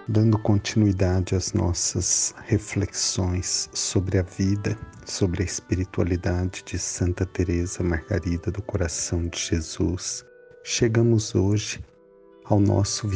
Dando continuidade às nossas reflexões sobre a vida, sobre a espiritualidade de Santa Teresa Margarida do Coração de Jesus, chegamos hoje ao nosso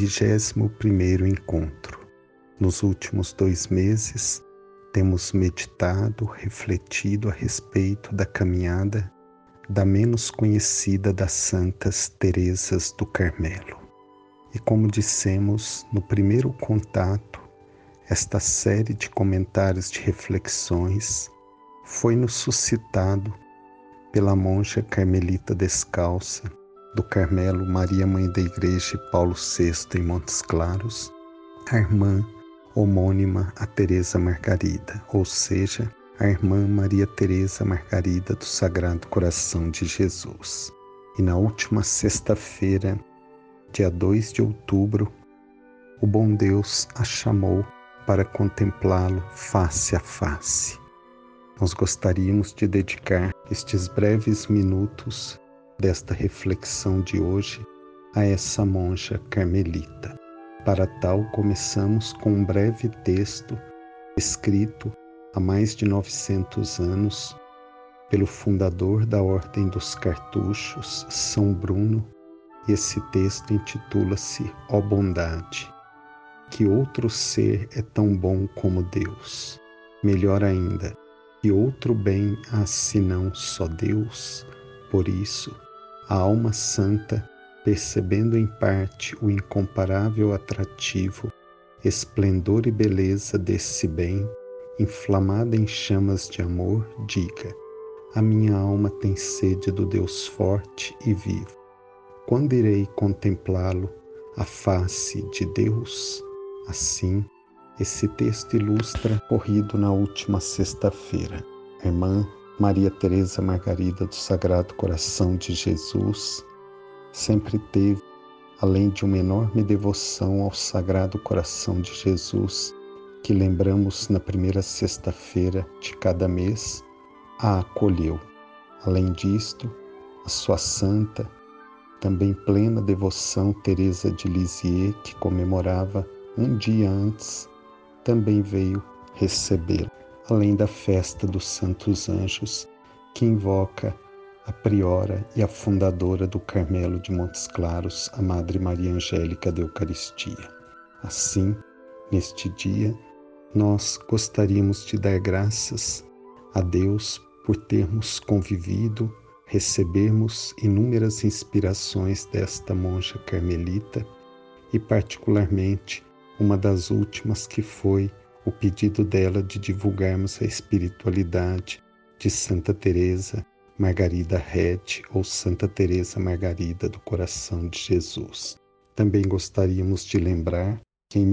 21º encontro. Nos últimos 2 meses, temos meditado, refletido a respeito da caminhada da menos conhecida das Santas Teresas do Carmelo. E como dissemos no primeiro contato, esta série de comentários de reflexões foi-nos suscitado pela monja carmelita descalça do Carmelo Maria Mãe da Igreja e Paulo VI em Montes Claros, a irmã homônima a Teresa Margarida, ou seja, a irmã Maria Teresa Margarida do Sagrado Coração de Jesus. E na última sexta-feira, dia 2 de outubro, o bom Deus a chamou para contemplá-lo face a face. Nós gostaríamos de dedicar estes breves minutos desta reflexão de hoje a essa monja carmelita. Para tal, começamos com um breve texto escrito há mais de 900 anos pelo fundador da Ordem dos Cartuchos, São Bruno. E esse texto intitula-se Ó Bondade. Que outro ser é tão bom como Deus? Melhor ainda, que outro bem há senão só Deus? Por isso, a alma santa, percebendo em parte o incomparável atrativo, esplendor e beleza desse bem, inflamada em chamas de amor, diga: a minha alma tem sede do Deus forte e vivo. Quando irei contemplá-lo, a face de Deus? Assim, esse texto ilustra o ocorrido na última sexta-feira. A irmã Maria Teresa Margarida do Sagrado Coração de Jesus sempre teve, além de uma enorme devoção ao Sagrado Coração de Jesus, que lembramos na primeira sexta-feira de cada mês, a acolheu. Além disto, a sua santa, também plena devoção Teresa de Lisieux, que comemorava um dia antes, também veio recebê-la, além da festa dos Santos Anjos, que invoca a priora e a fundadora do Carmelo de Montes Claros, a Madre Maria Angélica da Eucaristia. Assim, neste dia, nós gostaríamos de dar graças a Deus por termos convivido, recebermos inúmeras inspirações desta monja carmelita e particularmente uma das últimas que foi o pedido dela de divulgarmos a espiritualidade de Santa Teresa Margarida Rede ou Santa Teresa Margarida do Coração de Jesus. Também gostaríamos de lembrar que em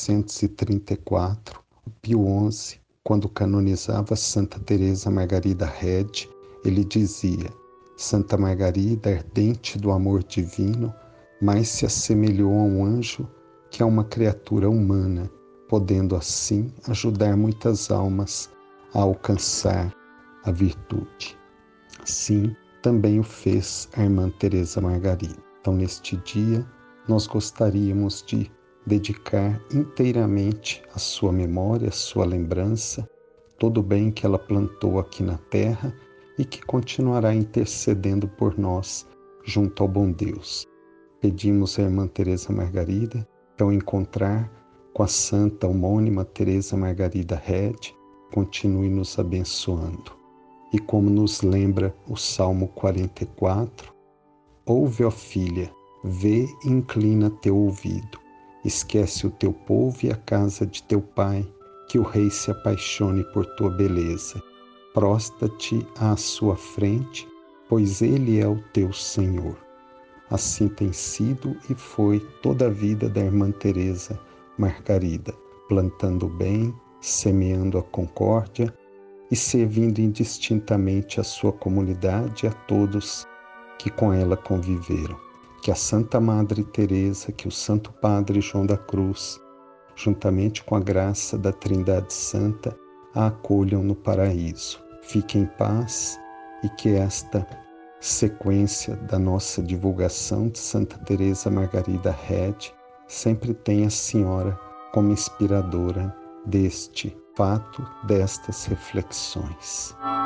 1934, o Pio XI, quando canonizava Santa Teresa Margarida Rede, ele dizia: Santa Margarida, ardente do amor divino, mais se assemelhou a um anjo que a uma criatura humana, podendo assim ajudar muitas almas a alcançar a virtude. Assim, também o fez a irmã Teresa Margarida. Então, neste dia, nós gostaríamos de dedicar inteiramente a sua memória, a sua lembrança, todo o bem que ela plantou aqui na terra e que continuará intercedendo por nós junto ao bom Deus. Pedimos à irmã Teresa Margarida que, ao encontrar com a santa homônima Teresa Margarida Rede, continue nos abençoando. E como nos lembra o Salmo 44, ouve, ó filha, vê e inclina teu ouvido, esquece o teu povo e a casa de teu pai, que o rei se apaixone por tua beleza. Prostra-te à sua frente, pois ele é o teu Senhor. Assim tem sido e foi toda a vida da irmã Teresa Margarida, plantando o bem, semeando a concórdia e servindo indistintamente a sua comunidade e a todos que com ela conviveram. Que a Santa Madre Teresa, que o Santo Padre João da Cruz, juntamente com a graça da Trindade Santa, a acolham no paraíso. Fique em paz e que esta sequência da nossa divulgação de Santa Teresa Margarida Rede sempre tenha a Senhora como inspiradora deste fato, destas reflexões.